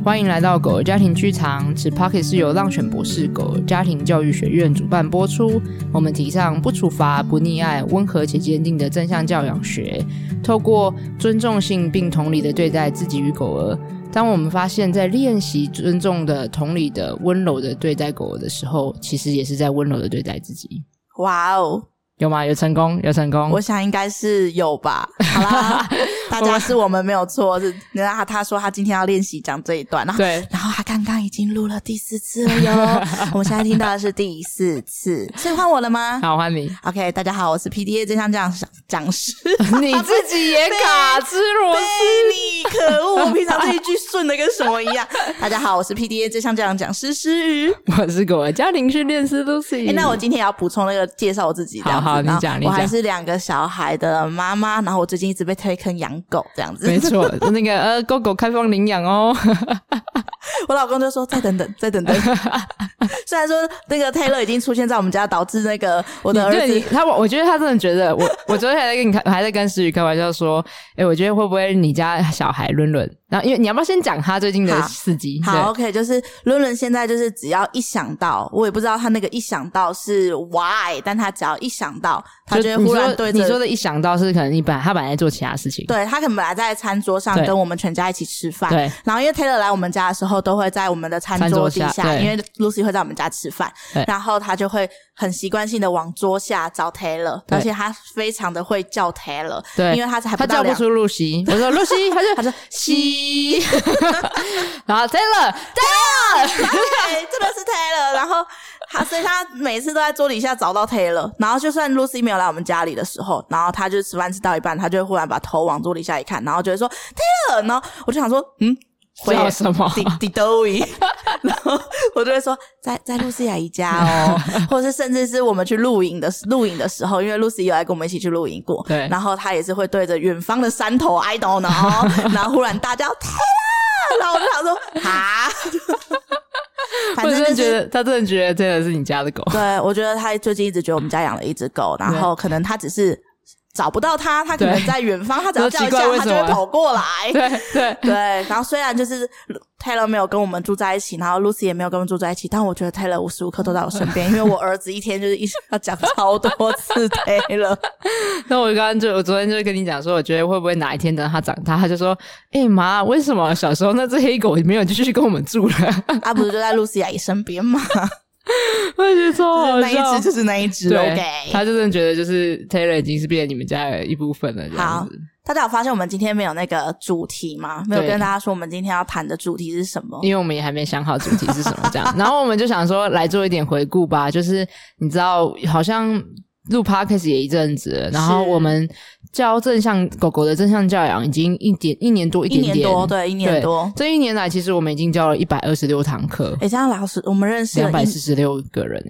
欢迎来到狗儿家庭剧场，此 Podcast 是由浪犬博士狗儿家庭教育学院主办播出。我们提倡不处罚、不溺爱、温和且坚定的正向教养学，透过尊重性并同理的对待自己与狗儿。当我们发现在练习尊重的、同理的、温柔的对待狗儿的时候，其实也是在温柔的对待自己。 哇哦， 有吗？有成功？有成功？ 我想应该是有吧。好啦，大家是我们没有错。是他说他今天要练习讲这一段， 对， 然后他刚刚已经录了第4次了哟。我们现在听到的是第4次，所以换我了吗？ 好，换你。 OK， 大家好，我是 PDA 正向讲师。 你自己也卡吃螺丝， 你可恶！我平常这一句顺的跟什么一样。大家好，我是 PDA 正向讲师诗瑜， 我是狗儿家庭训练师 Lucy。 那我今天也要补充那个介绍我自己这样子。 好，你讲。 我还是2个小孩的妈妈，然后我最近一直被推坑养狗这样子。 没错，那个狗狗开放领养哦。 我老公就说再等等。虽然说那个 Taylor 已经出现在我们家，导致那个我的儿子我觉得他真的觉得我昨天还在跟诗瑜开玩笑说，我觉得会不会你家小孩伦伦，然后因为你要不要先讲他最近的事迹？ 好 OK， 就是伦伦现在就是只要一想到，我也不知道他那个一想到是 why， 但他只要一想到，他就会忽然对着你说的一想到是可能他本来在做其他事情， 对，他可能本来在餐桌上跟我们全家一起吃饭， 对， 然后因为 Taylor 来我们家的时候都会在我们的餐桌底下，因为 Lucy 会在我们家吃饭，然后他就会很习惯性的往桌下找 Taylor， 而且他非常的会叫 Taylor， 对，因为他还不到他叫不出露西，我说露西，他说西，然后 Taylor， 对，真的是 Taylor， 然后所以他每次都在桌底下找到 Taylor， 然后就算 Lucy 没有来我们家里的时候，然后他就吃饭吃到一半，他就会忽然把头往桌底下一看，然后就会说 Taylor， 然后我就想说叫什么迪多伊，然后我就会说在露西阿姨家哦，或者是甚至是我们去露营的时候，因为 Lucy 有来跟我们一起去露营过，对，然后他也是会对着远方的山头 I don't know， 然后忽然大叫 Taylor， 然后我就想说哈。反正他真的觉得这个是你家的狗。 对，我觉得他最近一直觉得我们家养了一只狗，然后可能他只是找不到他可能在远方，他只要叫一下他就会跑过来。对，然后虽然就是 Taylor 没有跟我们住在一起，然后 Lucy 也没有跟我们住在一起，但我觉得 Taylor 无时无刻都在我身边，因为我儿子一天就是一直要讲超多次 Taylor。 那我昨天就跟你讲说，我觉得会不会哪一天等他长大，他就说妈，为什么小时候那只黑狗没有继续跟我们住了？ 他不是就在 Lucy 阿姨身边吗？ 我觉得超好笑， 那一只就是那一只 OK， 他就真的觉得就是 Taylor 已经是变成你们家的一部分了这样子。 大家有发现我们今天没有那个主题吗？没有跟大家说我们今天要谈的主题是什么， 因为我们也还没想好主题是什么这样。然后我们就想说来做一点回顾吧，就是你知道好像录 Podcast 也一阵子了，然后我们教狗狗的正向教养已经一年多，对，1年多。这1年来其实我们已经教了126堂课。 这样老师我们认识了 246个人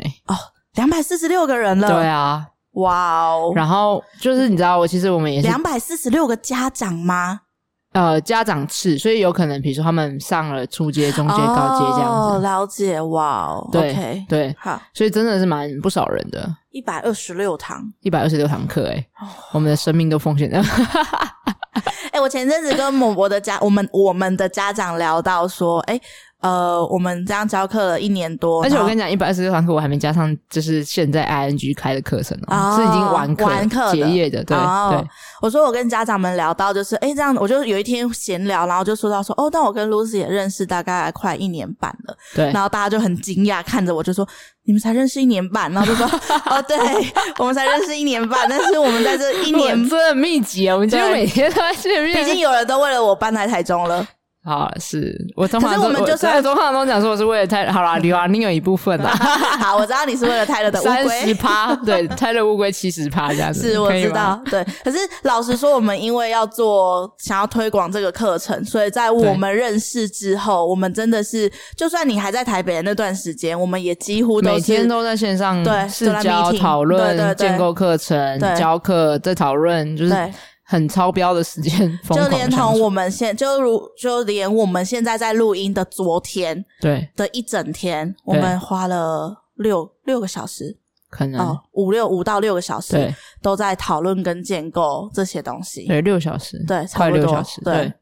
246个人了。 对啊， 哇哦。 然后就是你知道其实我们也是 246个家长吗？ 家长次，所以有可能比如说他们上了初阶、中阶、高阶这样子。 了解，哇哦。 对 OK， 对，好，所以真的是不少人的。 126堂课我们的生命都奉献了。 我前阵子跟我们的家长聊到说，我们这样教课了1年多， 而且我跟你讲126堂课我还没加上就是现在 ING 开的课程是已经完课结业的。对， 我说我跟家长们聊到就是这样，我就有一天闲聊，然后就说到说但我跟 Lucy 也认识大概快1年半了。对，然后大家就很惊讶看着我就说你们才认识1年半，然后就说对，我们才认识1年半，但是我们在这1年真的很密集我们几乎每天都在见面， 毕竟有人都为了我搬来台中了。 好，是我通常都讲说我是为了泰勒，好啦，刘宁有一部分啦。 好，我知道你是为了泰勒的乌龟 30%，对，泰勒乌龟70%这样子。 是，我知道，对。可是老实说，我们因为想要推广这个课程，所以在我们认识之后，我们真的是，就算你还在台北的那段时间，我们也几乎都是每天都在线上试教讨论建构课程、教课在讨论，就是。很超标的时间， 就连同我们就连我们现在在录音的昨天，对的一整天，我们花了6个小时，可能5到6个小时，都在讨论跟建构这些东西。 对，6小时， 对，快6小时，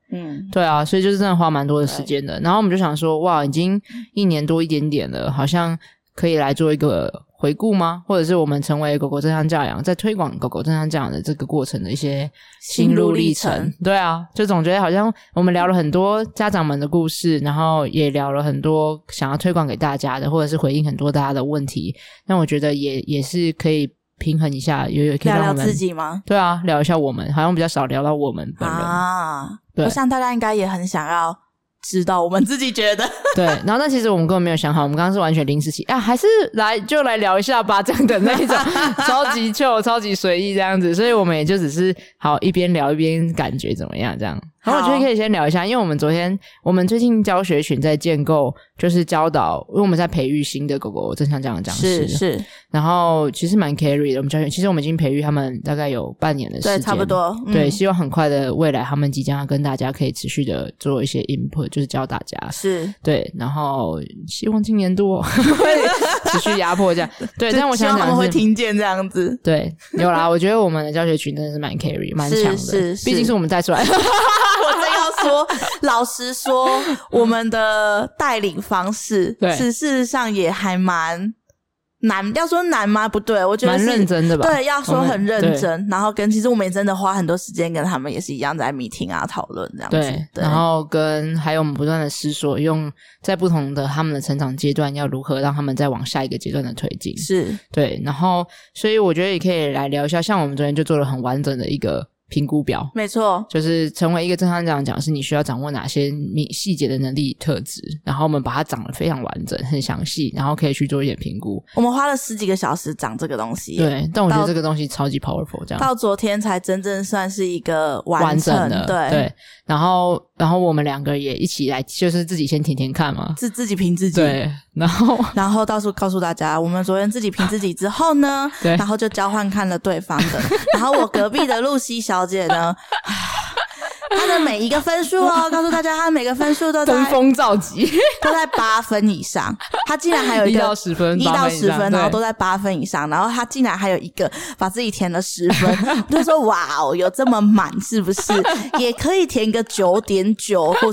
对啊，所以就是真的花蛮多的时间的。然后我们就想说，哇，已经1年多一点点了，好像可以来做一个回顾吗？或者是我们成为狗狗正向教养，在推广狗狗正向教养的这个过程的一些心路历程。对啊，就总觉得好像我们聊了很多家长们的故事，然后也聊了很多想要推广给大家的，或者是回应很多大家的问题。但我觉得也是可以平衡一下，有可以让我们聊聊自己吗？ 对啊，聊一下我们，好像比较少聊到我们本人啊。 对， 我想大家应该也很想要知道我们自己觉得对，然后但其实我们根本没有想好，我们刚刚是完全临时起啊，还是来聊一下吧这样的那一种超级chill超级随意这样子，所以我们也就只是好一边聊一边感觉怎么样这样。然后我觉得可以先聊一下，因为我们最近教学群在建构，就是教导，因为我们在培育新的狗狗正向教养讲师， 是， 然后其实蛮 carry 的，我们教学其实我们已经培育他们大概有半年的时间， 对，差不多， 对，希望很快的未来他们即将要跟大家可以持续的做一些 input， 就是教大家， 是对， 然后希望今年度会持续压迫这样，对，但我想他们会听见这样子， 对，有啦，我觉得我们的教学群真的是蛮 carry 蛮强的，毕竟是我们带出来的。 我正要说，老实说，我们的带领方式是事实上也还蛮难，要说难吗？不对，我觉得是蛮认真的吧。 对，要说很认真，然后其实我们也真的花很多时间跟他们也是一样在 meeting 啊讨论这样子。 对，然后还有我们不断的思索，用在不同的他们的成长阶段要如何让他们再往下一个阶段的推进。是，对，然后所以我觉得也可以来聊一下，像我们昨天就做了很完整的一个评估表， 没错， 就是成为一个正向教养讲师，你需要掌握哪些细节的能力特质，然后我们把它讲得非常完整很详细，然后可以去做一点评估。 我们花了10几个小时讲这个东西， 对，但我觉得这个东西超级 powerful， 这样到昨天才真正算是一个完整的，对，然后我们2个也一起来，就是自己先填填看嘛， 自己评自己， 对，然后到处告诉大家，我们昨天自己评自己之后呢，对，然后就交换看了对方的，然后我隔壁的露西小姐呢，她的每一个分数告诉大家，她的每个分数都在登峰造极， 都在8分以上。她竟然还有一个 1到10分 ，1到10分，然后都在8分以上。然后她竟然还有一个把自己填了10分，我就说哇哦，有这么满是不是？也可以填个9.9或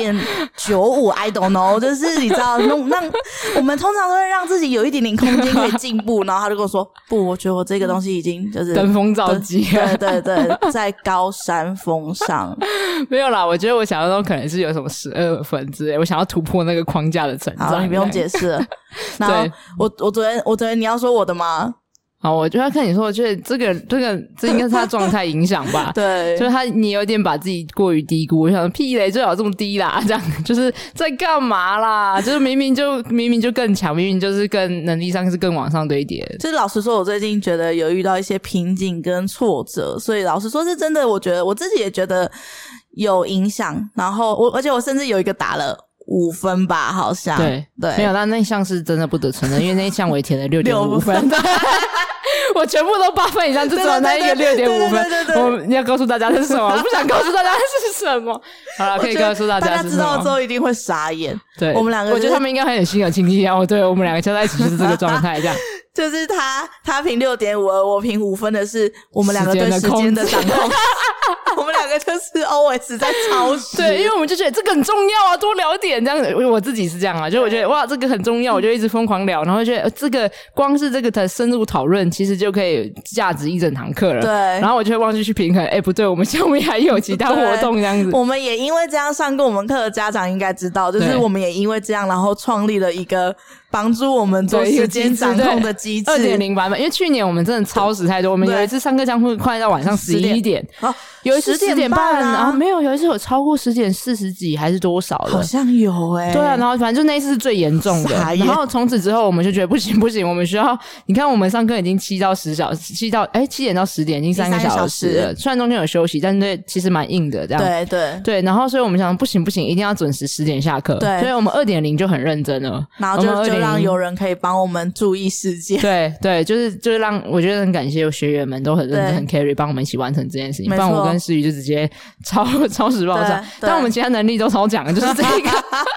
9.95 ，I don't know， 就是你知道，那我们通常都会让自己有一点点空间可以进步。然后她就跟我说，不，我觉得我这个东西已经就是登峰造极， 对，在高山峰上。 没有啦，我觉得我想象中可能是有什么12分之类，我想要突破那个框架的成长。 好，你不用解释了。然后我昨天你要说我的吗？ 好，我就要看你说，我觉得这应该是他状态影响吧。 对， 就是你有点把自己过于低估。我想说屁嘞，最好这么低啦，这样就是在干嘛啦？就是明明就更强，明明就是更能力上是更往上堆叠。 就是老实说，我最近觉得有遇到一些瓶颈跟挫折，所以老实说是真的，我觉得我自己也觉得有影响。然后而且我甚至有一个打了5分吧，好像对， 没有，但那一项是真的不得承认，因为那一项我也填了6.5分。我全部都8分以上，就只有那一个6.5分。我要告诉大家这是什么，我不想告诉大家这是什么。好了，可以告诉大家是什么。大家知道之后一定会傻眼。 对， 我们2个、 我觉得他们应该很有心有戚戚焉。对，我们2个加在一起就是这个状态，这样。 就是他评6.5，我评5分的是我们2个对时间的掌控。我们2个就是 always 在超时。 对，因为我们就觉得这个很重要啊，多聊一点这样子。因为我自己是这样啊，就我觉得哇，这个很重要，我就一直疯狂聊，然后觉得这个光是这个的深入讨论，其实就可以价值1整堂课了。 对， 然后我就会忘记去平衡，不对，我们下面还有其他活动这样子。 我们也因为这样上过我们课的家长应该知道，就是我们也因为这样，然后创立了一个帮助我们做时间掌控的机制 2.0 版本。因为去年我们真的超时太多，我们有一次上课将会快到晚上11点，有一次10点半啊，没有一次有超过10点40几还是多少的， 好像有对啊，然后反正就那一次是最严重的。然后从此之后我们就觉得不行，我们需要，你看我们上课已经7到10小时，7点到10点已经3个小时了，虽然中间有休息，但是其实蛮硬的这样。对，然后所以我们想不行，一定要准时10点下课。对，所以我们2.0 就很认真了， 然后就让有人可以帮我们注意时间。 对，就是让我觉得很感谢学员们都很认真很 carry 帮我们一起完成这件事情，不然我跟诗瑜就直接超时爆炸。但我们其他能力都超强，就是这个。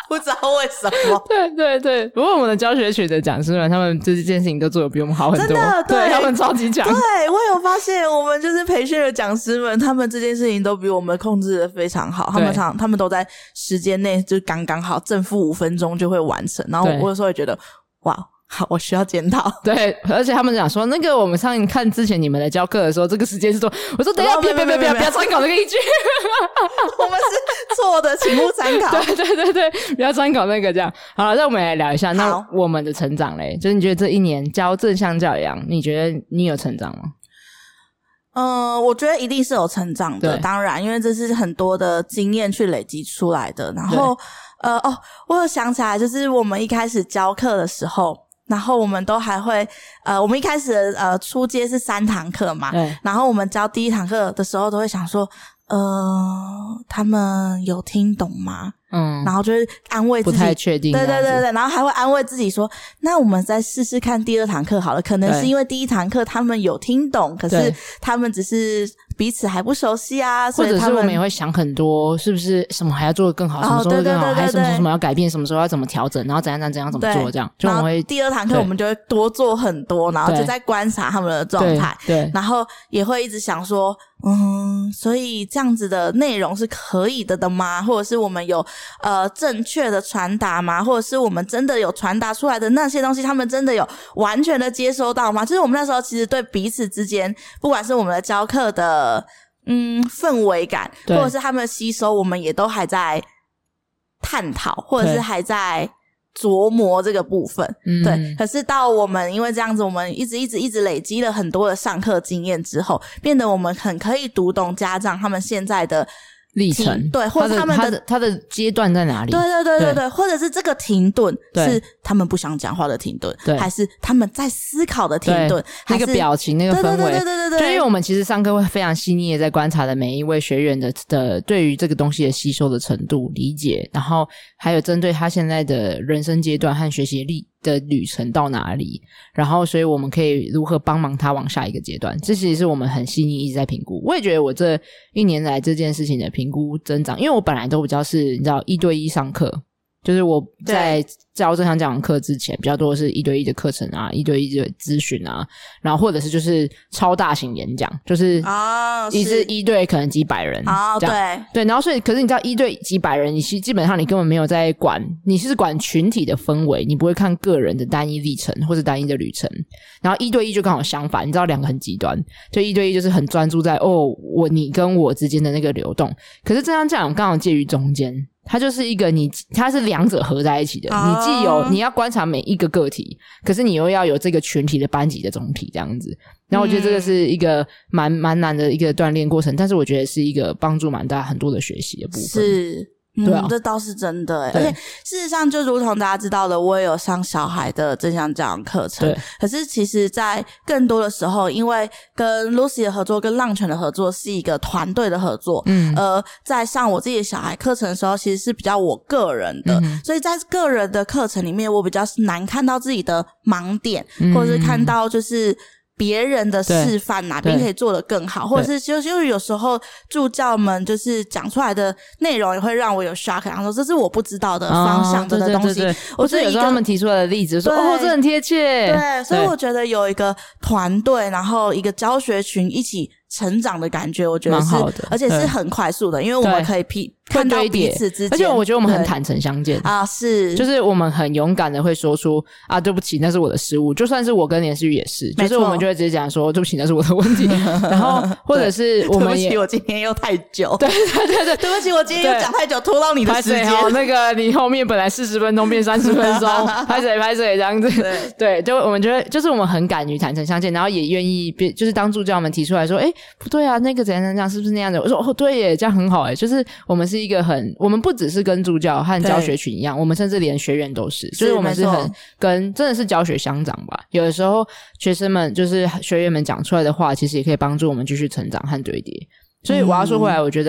不知道为什么。 对对对，不过我们的教学群的讲师们，他们这件事情都做得比我们好很多， 真的， 对，他们超级强。 对，我有发现，我们就是培训的讲师们，他们这件事情都比我们控制的非常好。他们都在时间内就刚刚好，正负5分钟就会完成。然后我有时候会觉得，哇。好，我需要检讨。 对，而且他们讲说，那个我们上一看之前你们来教课的时候，这个时间是多。我说等一下，别参考那个依据， 我们是错的，请勿参考。 对对对对，不要参考那个这样。好了，那我们来聊一下，那我们的成长嘞，就是你觉得这一年教正向教养，你觉得你有成长吗？ 我觉得一定是有成长的，当然，因为这是很多的经验去累积出来的。然后，我有想起来，就是我们一开始教课的时候。然后我们都还会我们一开始初阶是3堂课嘛，然后我们教第1堂课的时候都会想说他们有听懂吗？然后就是安慰自己， 不太确定， 对对对对，然后还会安慰自己说，那我们再试试看第2堂课好了，可能是因为第1堂课他们有听懂，可是他们只是彼此还不熟悉啊，所以或者是我们也会想很多，是不是什么还要做得更好，什么时候会更好，还有什么要改变，什么时候要怎么调整，然后怎样怎么做，这样就我们会第2堂课我们就会多做很多，然后就在观察他们的状态，对，然后也会一直想说所以这样子的内容是可以的吗？或者是我们有正确的传达吗？或者是我们真的有传达出来的那些东西，他们真的有完全的接收到吗？就是我们那时候其实对彼此之间，不管是我们的教课的氛围感，或者是他们的吸收，我们也都还在探讨，或者是还在琢磨这个部分，对。可是到我们因为这样子，我们一直累积了很多的上课经验之后，变得我们很可以读懂家长他们现在的历程， 对，或者他们他的阶段在哪里？对对对对对，或者是这个停顿是他们不想讲话的停顿，还是他们在思考的停顿， 那个表情那个氛围， 对对对对对， 就因为我们其实上课会非常细腻的在观察的每一位学员的对于这个东西的吸收的程度、理解，然后还有针对他现在的人生阶段和学习的旅程到哪里，然后所以我们可以如何帮忙他往下一个阶段，这其实是我们很细腻一直在评估。我也觉得我这1年来这件事情的评估增长，因为我本来都比较是你知道1对1上课，就是我在教正向教养课之前比较多的是1对1的课程啊，1对1的咨询啊，然后或者是就是超大型演讲，就是一次1对可能几百人这样，对，然后所以可是你知道1对几百人，你基本上你根本没有在管，你是管群体的氛围，你不会看个人的单一历程或是单一的旅程。然后1对1就刚好相反，你知道2个很极端，就1对1就是很专注在你跟我之间的那个流动，可是正向教养刚好介于中间，它就是一个它是2者合在一起的，你既有你要观察每一个个体，可是你又要有这个群体的班级的总体这样子。然后我觉得这个是一个蛮难的一个锻炼过程，但是我觉得是一个帮助蛮大很多的学习的部分。是对这倒是真的而且事实上就如同大家知道的，我也有上小孩的正向教养课程，可是其实在更多的时候，因为跟 Lucy 的合作跟浪犬的合作是一个团队的合作，在上我自己的小孩课程的时候其实是比较我个人的，所以在个人的课程里面我比较难看到自己的盲点，或者是看到就是别人的示范哪边可以做得更好，或者是就是有时候助教们就是讲出来的内容也会让我有 shock， 然后说这是我不知道的方向的东西， 我是有时候他们提出来的例子说这很贴切， 对，所以我觉得有一个团队然后一个教学群一起成长的感觉，我觉得是而且是很快速的，因为我们可以看到彼此之间， 而且我觉得我们很坦诚相见啊，是就是我们很勇敢的会说出对不起那是我的失误，就算是我跟连诗雨也是，就是我们就会直接讲说对不起那是我的问题然后或者是我们对不起我今天又太久， 对对对对， 对不起我今天又讲太久拖到你的时间， 那个你后面本来40分钟变30分钟拍水这样子，对，就我们觉得就是我们很敢于坦诚相见，然后也愿意就是当助教们提出来说不对啊，那个怎样怎样是不是那样的，我说对耶，这样很好耶，就是我们是一个我们不只是跟助教和教学群一样，我们甚至连学员都是，就是我们是很跟真的是教学相长吧，有的时候学生们就是学员们讲出来的话其实也可以帮助我们继续成长和堆叠。所以我要说回来，我觉得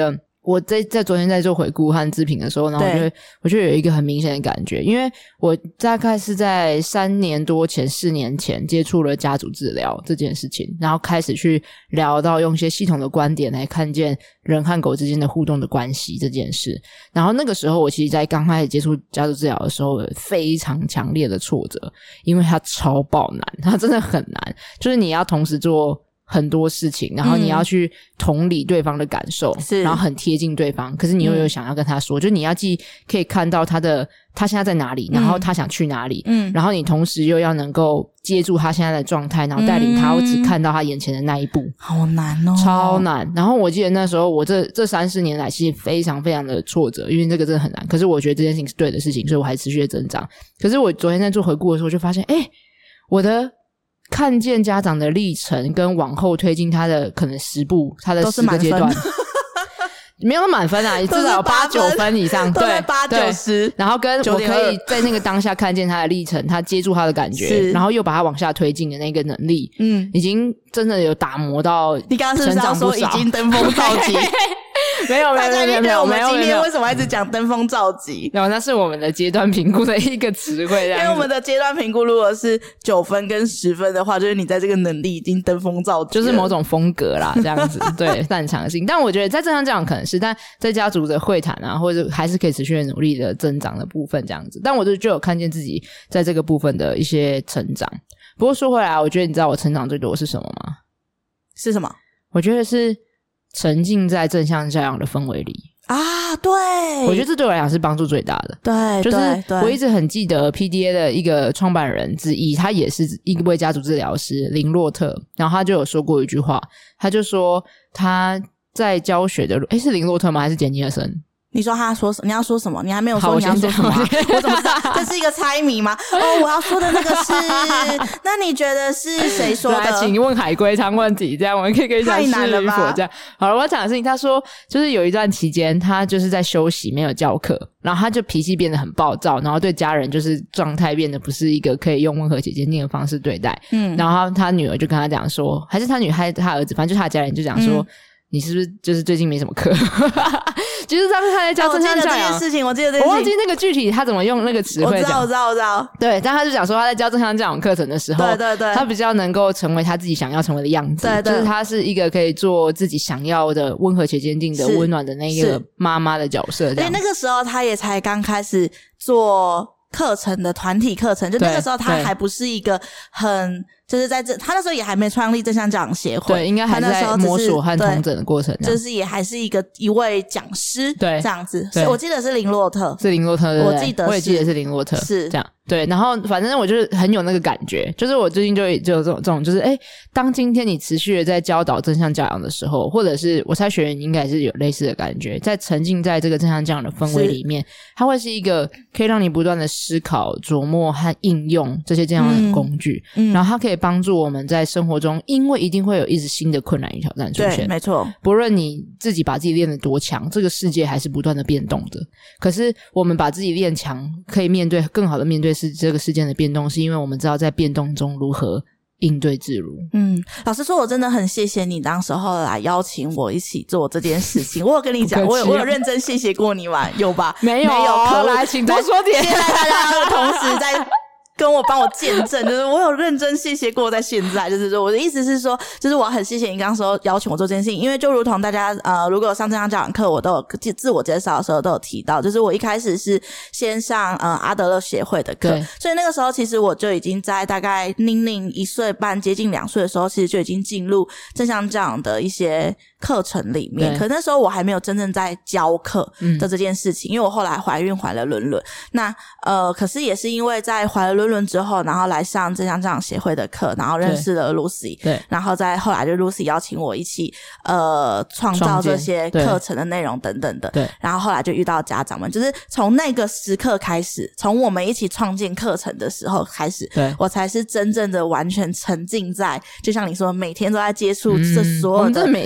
我在昨天在做回顾和自评的时候，然后我就有一个很明显的感觉，因为我大概是在4年前接触了家族治疗这件事情，然后开始去聊到用一些系统的观点来看见人和狗之间的互动的关系这件事。然后那个时候我其实在刚开始接触家族治疗的时候有非常强烈的挫折，因为它超爆难，它真的很难，就是你要同时做很多事情，然后你要去同理对方的感受，然后很贴近对方，可是你又有想要跟他说，就你要既可以看到他现在在哪里，然后他想去哪里，然后你同时又要能够接住他现在的状态，然后带领他只看到他眼前的那一步， 好难哦， 超难。然后我记得那时候我这3-4年来其实非常非常的挫折，因为这个真的很难，可是我觉得这件事情是对的事情，所以我还持续的增长。可是我昨天在做回顾的时候就发现我的看见家长的历程跟往后推进他的可能10步，他的10个阶段没有满分啊，至少有8-9分以上，对 8-9-10， 然后跟我可以在那个当下看见他的历程，他接住他的感觉，然后又把他往下推进的那个能力，已经真的有打磨到你刚刚是不是要说已经登峰造极没有，我们今天为什么一直讲登峰造极？ 没有，那是我们的阶段评估的一个词汇，因为我们的阶段评估如果是9分跟10分的话，就是你在这个能力已经登峰造极了， 就是某种风格啦，这样子对，擅长性。但我觉得在正向教养可能是，但在家族的会谈啊，或者还是可以持续的努力的增长的部分这样子。但我就有看见自己在这个部分的一些成长。不过说回来，我觉得你知道我成长最多是什么吗？ 是什么？ 我觉得是沉浸在正向教养的氛围里啊，对， 我觉得这对我来讲是帮助最大的。 对， 就是我一直很记得 PDA 的一个创办人之一，他也是一位家族治疗师林洛特，然后他就有说过一句话，他就说他在教学的是林洛特吗？还是简尼尔森？ 你说他说你要说什么？你还没有说你要说什么、啊？我怎么知道？这是一个猜谜吗？哦，我要说的那个是，那你觉得是谁说的？ 来，请问海龟汤问题，这样我们可以跟你讲是与否这样。好了，我要讲的事情，他说就是有一段期间，他就是在休息，没有教课，然后他就脾气变得很暴躁，然后对家人就是状态变得不是一个可以用温和且坚定的方式对待。然后他女儿就跟他讲说，还是他儿子，反正就是他的家人就讲说。你是不是就是最近没什么课？就是他在教正向教养、 我记得这件事情，我记得这件事情， 我忘记那个具体他怎么用那个词汇讲。 我知道。 对，但他就讲说他在教正向教养课程的时候， 对， 他比较能够成为他自己想要成为的样子。对，就是他是一个可以做自己想要的温和且坚定的、温暖的那个妈妈的角色。因为那个时候他也才刚开始做课程的团体课程，就那个时候他还不是一个很。就是在他那时候也还没创立正向教养协会， 对，应该还在摸索和统整的过程， 就是也还是一位讲师，对，这样子。我记得是林洛特， 是林洛特，对不对？ 我也记得是林洛特， 是这样。对，然后反正我就是很有那个感觉，就是我最近就有这种就是当今天你持续的在教导正向教养的时候，或者是我猜学员应该是有类似的感觉，在沉浸在这个正向教养的氛围里面，它会是一个可以让你不断的思考、琢磨和应用这些这样的工具，然后它可以帮助我们在生活中，因为一定会有一直新的困难与挑战出现， 对，没错。 不论你自己把自己练得多强，这个世界还是不断的变动的。可是我们把自己练强，可以更好的面对这个世界的变动，是因为我们知道在变动中如何应对自如。 老实说我真的很谢谢你当时候来邀请我一起做这件事情。我有跟你讲，我有认真谢谢过你吗？有吧？ 没有。来，请多说点。 现在大家同时在跟我帮我见证，就是我有认真谢谢过，在现在就是说我的意思是说，就是我很谢谢你刚刚说邀请我做这件事情，因为就如同大家如果上正向教养课我都有自我介绍的时候都有提到，就是我一开始是先上阿德勒协会的课，所以那个时候其实我就已经在大概宁1岁半接近2岁的时候，其实就已经进入正向教养的一些课程里面，可那时候我还没有真正在教课的这件事情，因为我后来怀孕怀了伦伦，那可是也是因为在怀了伦伦之后，然后来上正向教养协会的课，然后认识了 Lucy， 对，然后再后来就 Lucy 邀请我一起创造这些课程的内容等等的，对，然后后来就遇到家长们，就是从那个时刻开始，从我们一起创建课程的时候开始，对，我才是真正的完全沉浸在，就像你说每天都在接触这所有的， 我们真的每天都在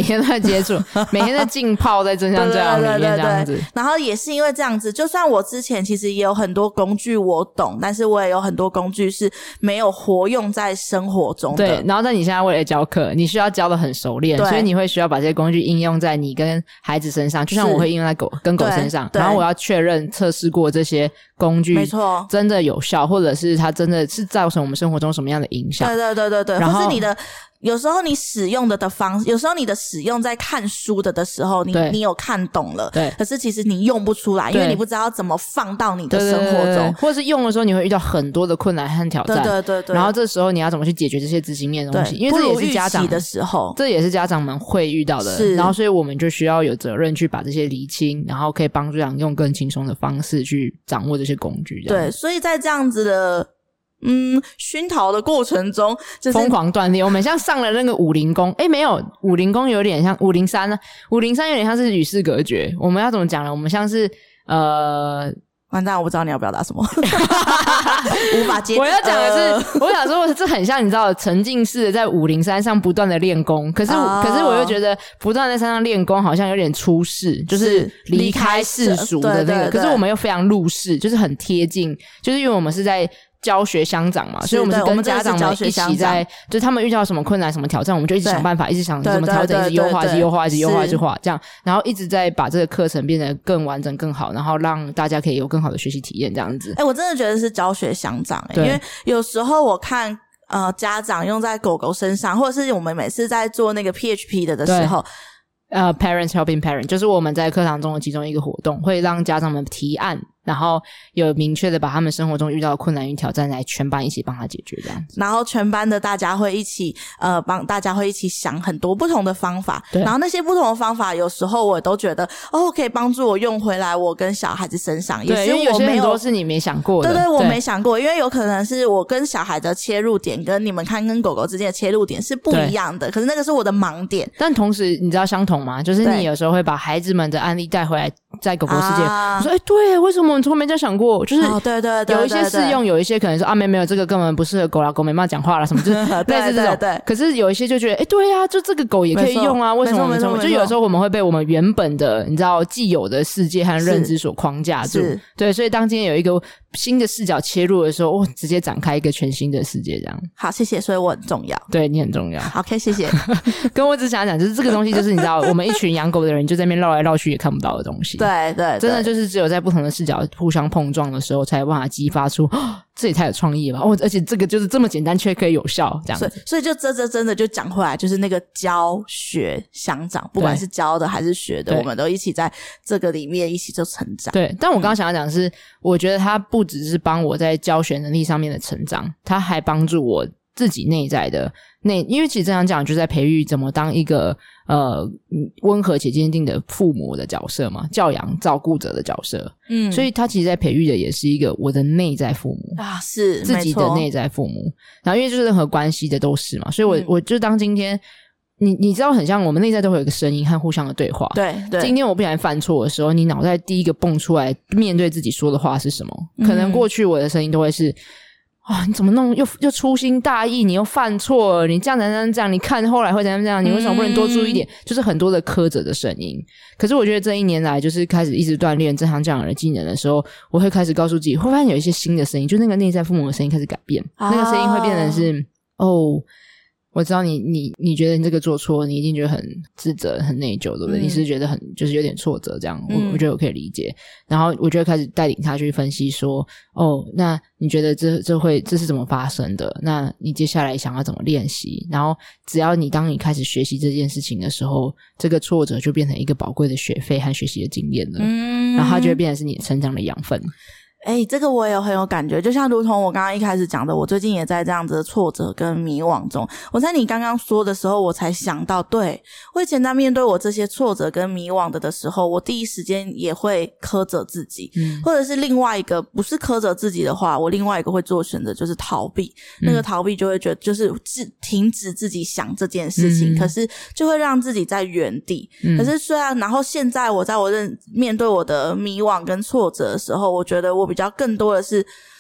接触，每天在浸泡在正向教养里面这样子。 然后也是因为这样子，就算我之前其实也有很多工具我懂，但是我也有很多工具是没有活用在生活中的。 对，然后但你现在为了教课，你需要教的很熟练，所以你会需要把这些工具应用在你跟孩子身上，就像我会应用在跟狗身上，然后我要确认测试过这些工具， 没错， 真的有效，或者是它真的是造成我们生活中什么样的影响。 对，或是你的有时候你使用的方式，有时候你的使用在看书的时候你有看懂了， 对， 可是其实你用不出来，因为你不知道怎么放到你的生活中， 或者是用的时候你会遇到很多的困难和挑战， 对， 然后这时候你要怎么去解决这些执行面的东西，因为这也是家长的时候， 这也是家长们会遇到的，然后所以我们就需要有责任去把这些厘清，然后可以帮助家长用更轻松的方式去掌握这些工具。 对，所以在这样子的熏陶的过程中，就是疯狂锻炼。我们像上了那个武林功，没有，武林功有点像武林山呢，武林山有点像是与世隔绝。我们要怎么讲呢？我们像是完蛋，我不知道你要表达什么，无法接。 我要讲的是，我想说，这很像你知道，沉浸式的在武陵山上不断的练功。可是我又觉得不断在山上练功，好像有点出世，就是离开世俗的那个。可是我们又非常入世，就是很贴近，就是因为我们是在教学相长嘛，所以我们是跟家长们一起在，就是他们遇到什么困难、什么挑战，我们就一直想办法，一直想怎么调整，一直优化，一直优化，一直优化，一直化，这样，然后一直在把这个课程变得更完整、更好，然后让大家可以有更好的学习体验，这样子。 我真的觉得是教学相长，因为有时候我看家长用在狗狗身上，或者是我们每次在做那个 PHP 的时候。 Parents Helping Parent 就是我们在课堂中的其中一个活动，会让家长们提案，然后有明确的把他们生活中遇到的困难与挑战来全班一起帮他解决这样子。 然后全班的大家会一起大家会一起想很多不同的方法，然后那些不同的方法有时候我都觉得可以帮助我用回来我跟小孩子身上，也是我没有， 很多是你没想过的。 对，我没想过，因为有可能是我跟小孩的切入点跟你们看跟狗狗之间的切入点是不一样的，可是那个是我的盲点。 但同时你知道相同吗？就是你有时候会把孩子们的案例带回来在狗狗世界，我说对，为什么我们从没这样想过？就是对， 有一些适用，有一些可能说没有这个根本不适合狗啦，狗没办法讲话啦什么，就是类似这种。对，可是有一些就觉得对啊，就这个狗也可以用啊，为什么我们就有时候我们会被我们原本的你知道既有的世界和认知所框架住。对，所以当今天有一个新的视角切入的时候，直接展开一个全新的世界这样。 好，谢谢，所以我很重要。 对，你很重要。 OK， 谢谢。 跟我只想讲就是这个东西就是你知道我们一群养狗的人就在那边绕来绕去也看不到的东西。 对， 真的就是只有在不同的视角互相碰撞的时候才有办法激发出这也太有创意了吧，而且这个就是这么简单却可以有效这样子。 所以就这真的就讲回来，就是那个教学相长，不管是教的还是学的，我们都一起在这个里面一起就成长。 对，但我刚刚想要讲的是我觉得它不只是帮我在教学能力上面的成长，它还帮助我自己内在的因为其实这样讲就是在培育怎么当一个温和且坚定的父母的角色嘛，教养照顾者的角色。所以他其实在培育的也是一个我的内在父母啊，是自己的内在父母。然后因为就是任何关系的都是嘛，所以我就当今天你知道很像我们内在都会有一个声音和互相的对话。 对， 今天我不小心犯错的时候，你脑袋第一个蹦出来面对自己说的话是什么？可能过去我的声音都会是你怎么弄又粗心大意，你又犯错了，你这样，你看后来会怎样这样，你为什么不能多注意一点？就是很多的苛责的声音。可是我觉得这一年来就是开始一直锻炼正常教养的技能的时候，我会开始告诉自己，会发现有一些新的声音，就那个内在父母的声音开始改变。那个声音会变成是我知道你觉得你这个做错，你一定觉得很自责很内疚，对不对？你是觉得很就是有点挫折这样。我觉得我可以理解。然后我就开始带领他去分析说那你觉得这是怎么发生的？那你接下来想要怎么练习？然后只要当你开始学习这件事情的时候，这个挫折就变成一个宝贵的学费和学习的经验了。然后它就会变成是你成长的养分。 这个我也很有感觉，就像如同我刚刚一开始讲的，我最近也在这样子的挫折跟迷惘中。我在你刚刚说的时候，我才想到，对，我以前在面对我这些挫折跟迷惘的时候，我第一时间也会苛责自己，或者是另外一个不是苛责自己的话，我另外一个会做选择就是逃避。那个逃避就会觉得就是停止自己想这件事情，可是就会让自己在原地。可是虽然然后现在我面对我的迷惘跟挫折的时候，我觉得我比较更多的是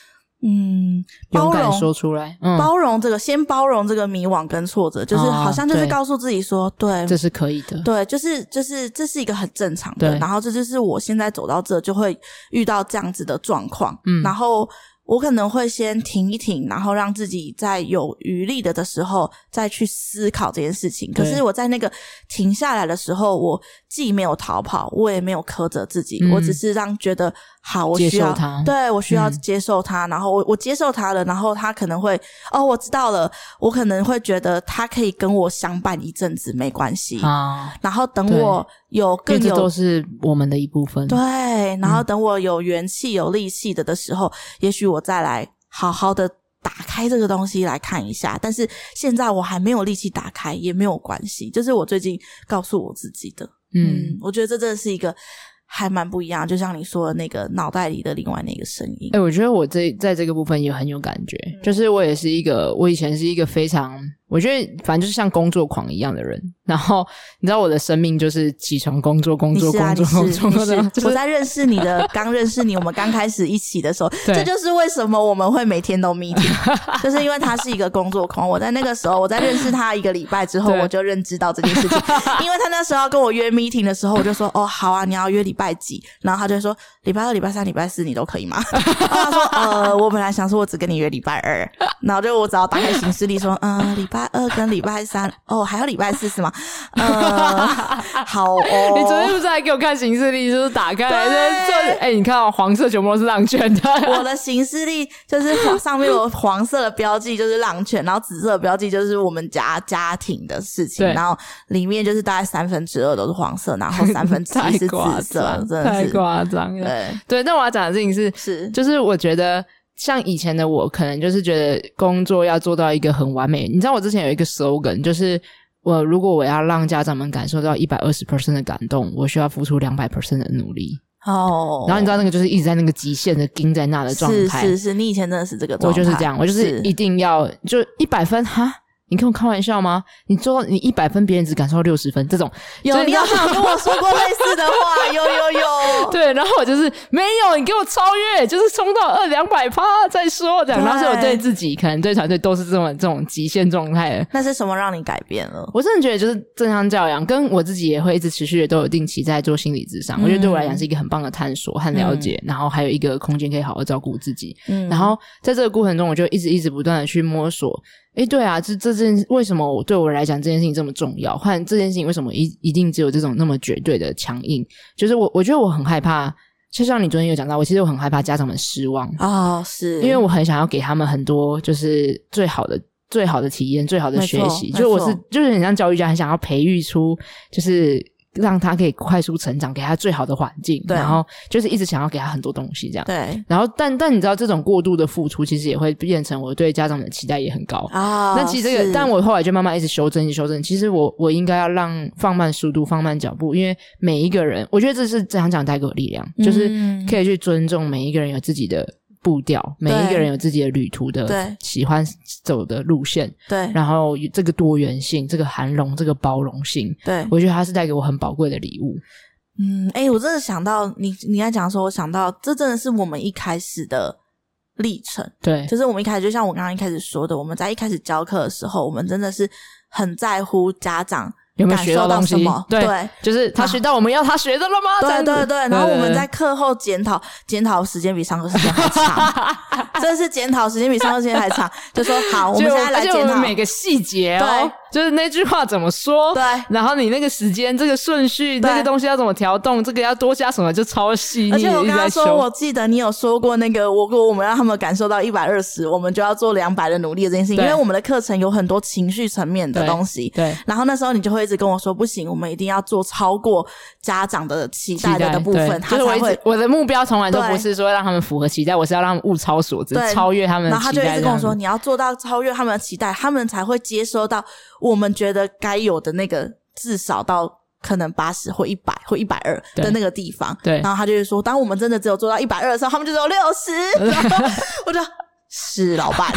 勇敢说出来， 包容这个，先包容这个迷惘跟挫折，就是好像就是告诉自己说，对， 这是可以的， 对，就是这是一个很正常的，然后这就是我现在走到这就会遇到这样子的状况，然后我可能会先停一停，然后让自己在有余力的时候再去思考这件事情。可是我在那个停下来的时候，我既没有逃跑，我也没有苛责自己，我只是觉得好，我需要接受它， 对，我需要接受它，然后我接受它了，然后他可能会我知道了，我可能会觉得他可以跟我相伴一阵子没关系然后等我有更有， 这都是我们的一部分， 对，然后等我有元气有力气的时候，也许我再来好好的打开这个东西来看一下，但是现在我还没有力气打开也没有关系，就是我最近告诉我自己的我觉得这真的是一个还蛮不一样，就像你说的那个脑袋里的另外那个声音。 我觉得我在这个部分也很有感觉，就是我也是我以前是一个非常，我觉得反正就是像工作狂一样的人，然后你知道我的生命就是起床工作我在认识你的刚认识你我们刚开始一起的时候这就是为什么我们会每天都 meeting 就是因为他是一个工作狂，我在那个时候我在认识他1个礼拜之后我就认知到这件事情因为他那时候跟我约 meeting 的时候我就说好啊，你要约礼拜几，然后他就说礼拜2礼拜3礼拜4你都可以吗他说我本来想说我只跟你约礼拜2，然后就我只要打开行事历说礼拜2跟礼拜3还有礼拜4是吗好你昨天不是还给我看行事历，就是打开来你看黄色全部都是浪犬的我的行事历就是上面有黄色的标记就是浪犬，然后紫色的标记就是我们家庭的事情，然后里面就是大概2/3都是黄色，然后1/3是紫色真的是太夸张了对，但我要讲的事情是就是我觉得像以前的我可能就是觉得工作要做到一个很完美，你知道我之前有一个 slogan 就是如果我要让家长们感受到 120% 的感动，我需要付出 200% 的努力然后你知道那个就是一直在那个极限的盯在那的状态， 是你以前真的是这个状态， 我就是这样，我就是一定要就100分哈，你跟我开玩笑吗？你做到你100分，别人只感受到60分，这种有你好像跟我说过类似的话，有对，然后我就是没有，你给我超越，就是冲到200%再说这样，然后所以我对自己可能对团队都是这种极限状态的。 那是什么让你改变了？ 我真的觉得就是正向教养，跟我自己也会一直持续的都有定期在做心理咨商，我觉得对我来讲是一个很棒的探索和了解，然后还有一个空间可以好好照顾自己然后在这个过程中我就一直不断的去摸索对啊，这件为什么对我来讲这件事情这么重要，或者这件事情为什么一定只有这种那么绝对的强硬，就是我觉得我很害怕，就像你昨天有讲到，其实我很害怕家长们失望是因为我很想要给他们很多就是最好的体验，最好的学习，就是很像教育家很想要培育出就是让他可以快速成长，给他最好的环境，然后就是一直想要给他很多东西这样。 对， 然后但你知道这种过度的付出其实也会变成我对家长们的期待也很高那其实这个但我后来就慢慢一直修正其实我应该要让放慢速度放慢脚步，因为每一个人我觉得这是这样讲带给我力量就是可以去尊重每一个人有自己的步调，每一个人有自己的旅途的喜欢走的路线， 对， 然后这个多元性，这个涵容，这个包容性， 对， 我觉得它是带给我很宝贵的礼物我真的想到你在讲的时候，我想到这真的是我们一开始的历程， 对， 就是我们一开始就像我刚刚一开始说的，我们在一开始教课的时候，我们真的是很在乎家长有没有学到东西， 对， 就是他学到我们要他学的了吗？ 对，然后我们在课后检讨时间比上课时间还长真的是检讨时间比上课时间还长就说好，我们现在来检讨，而且我们每个细节就是那句话怎么说， 对， 然后你那个时间这个顺序那个东西要怎么调动，这个要多加什么就超细腻。 而且我跟他说我记得你有说过那个我们让他们感受到120我们就要做200的努力的这件事情，因为我们的课程有很多情绪层面的东西， 对， 然后那时候你就会一直跟我说不行，我们一定要做超过家长的期待的部分，他才会， 我的目标从来都不是说让他们符合期待，我是要让他们物超所值，超越他们的期待。 然后他就一直跟我说你要做到超越他们的期待，他们才会接收到我们觉得该有的那个至少到可能80或100或120的那个地方。 对， 然后他就会说当我们真的只有做到120的时候，他们就只有60然后我就是老板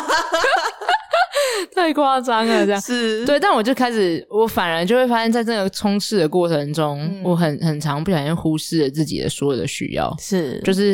太夸张了这样是对，但我就开始我反而就会发现在这个冲刺的过程中我很常不小心忽视了自己的所有的需要， 是就是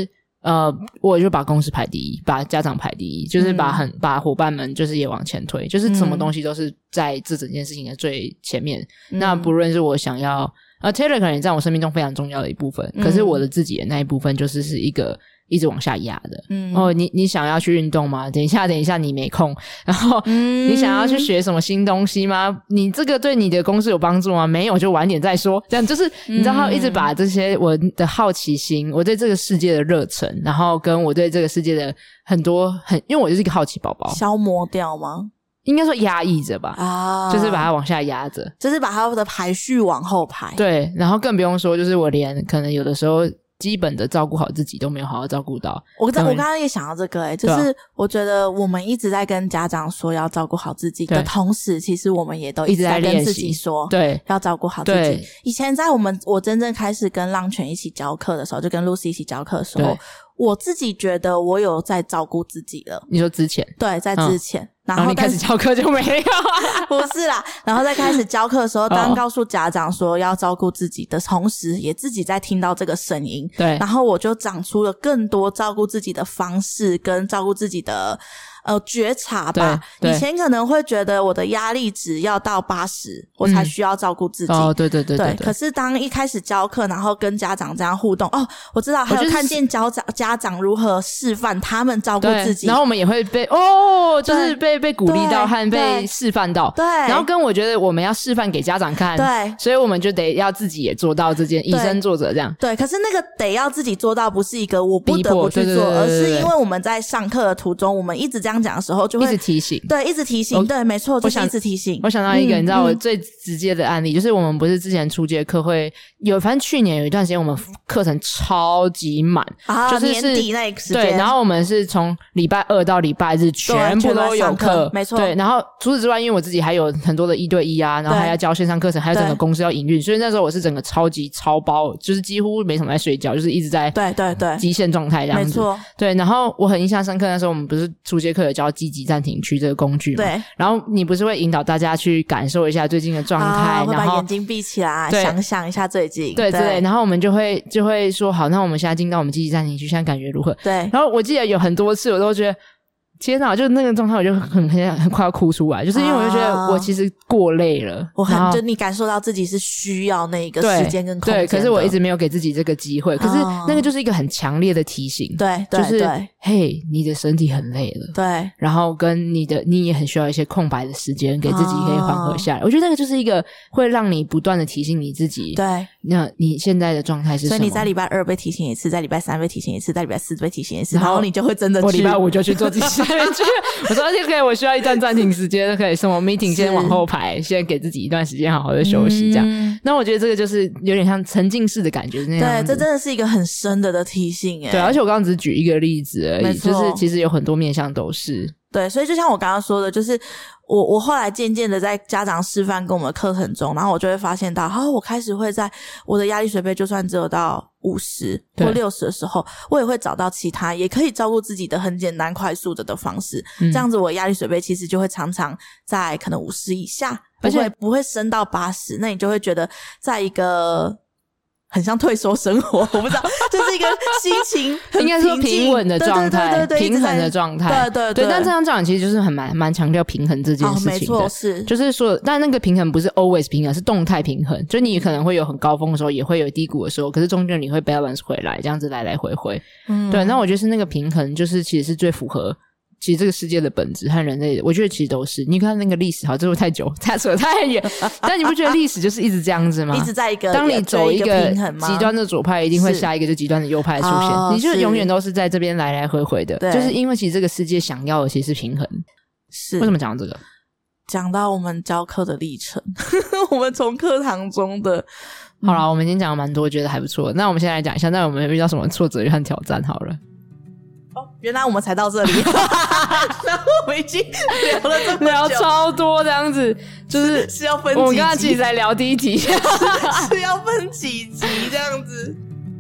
我就把公司排第一，把家长排第一，就是把伙伴们就是也往前推，就是什么东西都是在这整件事情的最前面。那不论是我想要Taylor 可能也在我生命中非常重要的一部分，可是我的自己的那一部分就是一个一直往下压的。你想要去运动吗？等一下你没空。然后你想要去学什么新东西吗？你这个对你的公司有帮助吗？没有，就晚点再说。这样就是你知道他一直把这些我的好奇心，我对这个世界的热忱，然后跟我对这个世界的因为我就是一个好奇宝宝， 消磨掉吗？ 应该说压抑着吧，就是把它往下压着， 就是把它的排序往后排。 对，然后更不用说就是我连可能有的时候基本的照顾好自己都没有好好照顾到。我刚刚也想到这个就是我觉得我们一直在跟家长说要照顾好自己的同时，其实我们也都一直在跟自己说对要照顾好自己。以前在我真正开始跟浪犬一起教课的时候，就跟 Lucy 一起教课的时候，我自己觉得我有在照顾自己了。 你说之前？ 对，在之前。 然后你开始教课就没有不是啦，然后在开始教课的时候，当告诉家长说要照顾自己的同时，也自己在听到这个声音，对，然后我就长出了更多照顾自己的方式跟照顾自己的觉察吧。以前可能会觉得我的压力值要到80我才需要照顾自己。对。可是当一开始教课，然后跟家长这样互动，我知道还有看见家长如何示范他们照顾自己， 然后我们也会被就是被鼓励到和被示范到。对。然后跟我觉得我们要示范给家长看。对。所以我们就得要自己也做到这件以身作则这样。 对。可是那个得要自己做到，不是一个我不得不去做，而是因为我们在上课的途中，我们一直这样讲的时候就会一直提醒。 对，一直提醒。对，没错，就是一直提醒。 我想到一个你知道我最直接的案例，就是我们不是之前初阶课会有，反正去年有一段时间我们课程超级满，就是年底那个时间。 对，然后我们是从礼拜2到礼拜日全部都有课， 没错。 对，然后除此之外，因为我自己还有很多的1对1啊，然后还要教线上课程，还有整个公司要营运，所以那时候我是整个超级超包，就是几乎没什么在睡觉，就是一直在极限状态这样子。没错。对，然后我很印象深刻，那时候我们不是初阶课有教积极暂停区这个工具嘛？对。然后你不是会引导大家去感受一下最近的状态， 然后把眼睛闭起来，想一下最近。 对，然后我们就会说好，那我们现在进到我们积极暂停区，现在感觉如何？对。然后我记得有很多次我都觉得天哪，就那个状态我就很快要哭出来，就是因为我就觉得我其实过累了， 就你感受到自己是需要那个时间跟空间的。 对，可是我一直没有给自己这个机会，可是那个就是一个很强烈的提醒。对，就是嘿，你的身体很累了。对。然后跟你也很需要一些空白的时间给自己可以缓和下来。我觉得那个就是一个会让你不断的提醒你自己。对。那你现在的状态是什么？ 所以你在礼拜2被提醒一次，在礼拜3被提醒一次，在礼拜4被提醒一次，然后你就会真的我礼拜5就去做这些我说OK，我需要一段暂停时间，可以什么 meeting 先往后排，先给自己一段时间好好的休息这样。那我觉得这个就是有点像沉浸式的感觉那样子。 对，这真的是一个很深的提醒对，而且我刚刚只举一个例子而已，就是其实有很多面向都是。 对，所以就像我刚刚说的，就是我后来渐渐的在家长示范跟我们的课程中，然后我就会发现到我开始会在我的压力水杯就算只有到50或60的时候，我也会找到其他也可以照顾自己的很简单快速的方式。这样子我压力水杯其实就会常常在可能50以下，不会升到80，那你就会觉得在一个很像退休生活，我不知道，就是一个心情应该说平稳的状态， 对， 平衡的状态，对。但这样讲其实就是蛮强调平衡这件事情的，没错，是，就是说，但那个平衡不是 always 平衡，是动态平衡，就你可能会有很高峰的时候，也会有低谷的时候，可是中间你会 balance 回来，这样子来来回回，对。那我觉得是那个平衡，就是其实是最符合。其实这个世界的本质和人类的，我觉得其实都是。你看那个历史，好，这会太久，扯太远。但你不觉得历史就是一直这样子吗？ 一直在一个， 当你走一个极端的左派，一定会下一个就极端的右派出现。你就永远都是在这边来来回回的，就是因为其实这个世界想要的其实是平衡。是为什么讲到这个？ 讲到我们教课的历程，我们从课堂中的。 好啦，我们已经讲了蛮多，觉得还不错。那我们现在来讲一下，那我们遇到什么挫折和挑战？好了。 原来我们才到这里然后我们已经聊了这么久， 聊超多这样子， 是要分几集， 我们刚刚其实在聊第一题是要分几集这样子。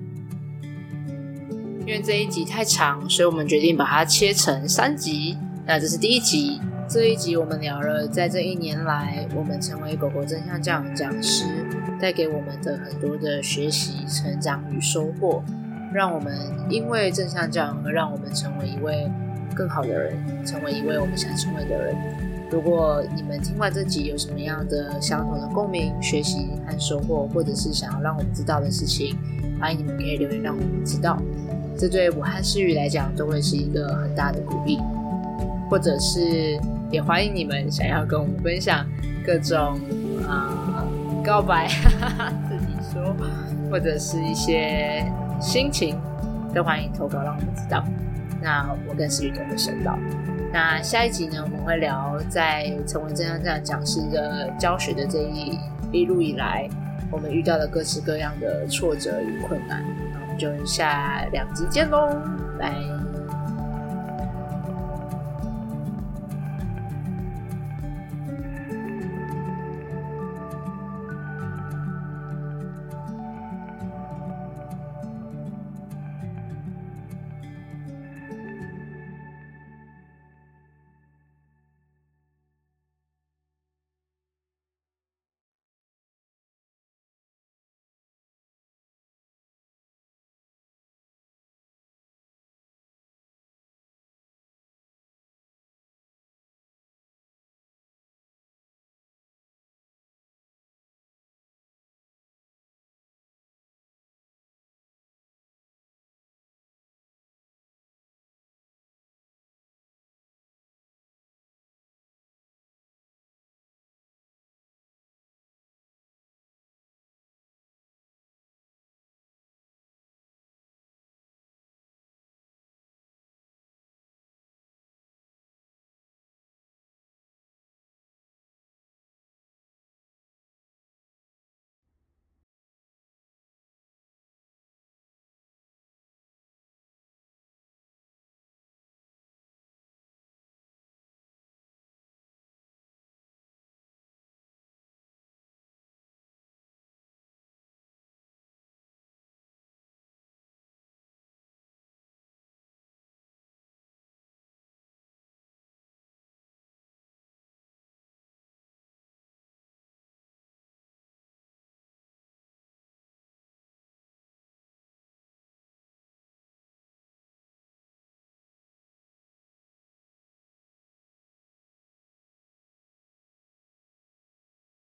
因为这一集太长，所以我们决定把它切成3集。那这是第1集，这一集我们聊了在这1年来我们成为狗狗正向教养讲师带给我们的很多的学习成长与收获。 让我们因为正向教养而让我们成为一位更好的人，成为一位我们想成为的人。如果你们听完这集有什么样的相同的共鸣、学习和收获，或者是想要让我们知道的事情，欢迎你们可以留言让我们知道，这对我和诗雨来讲都会是一个很大的鼓励。或者是也欢迎你们想要跟我们分享各种告白自己说，或者是一些心情，都欢迎投稿让我们知道，那我跟诗雨都会收到。那下一集呢，我们会聊在成为正向教养讲师的教学的这一路以来，我们遇到的各式各样的挫折与困难。那我们就下2集见咯，拜。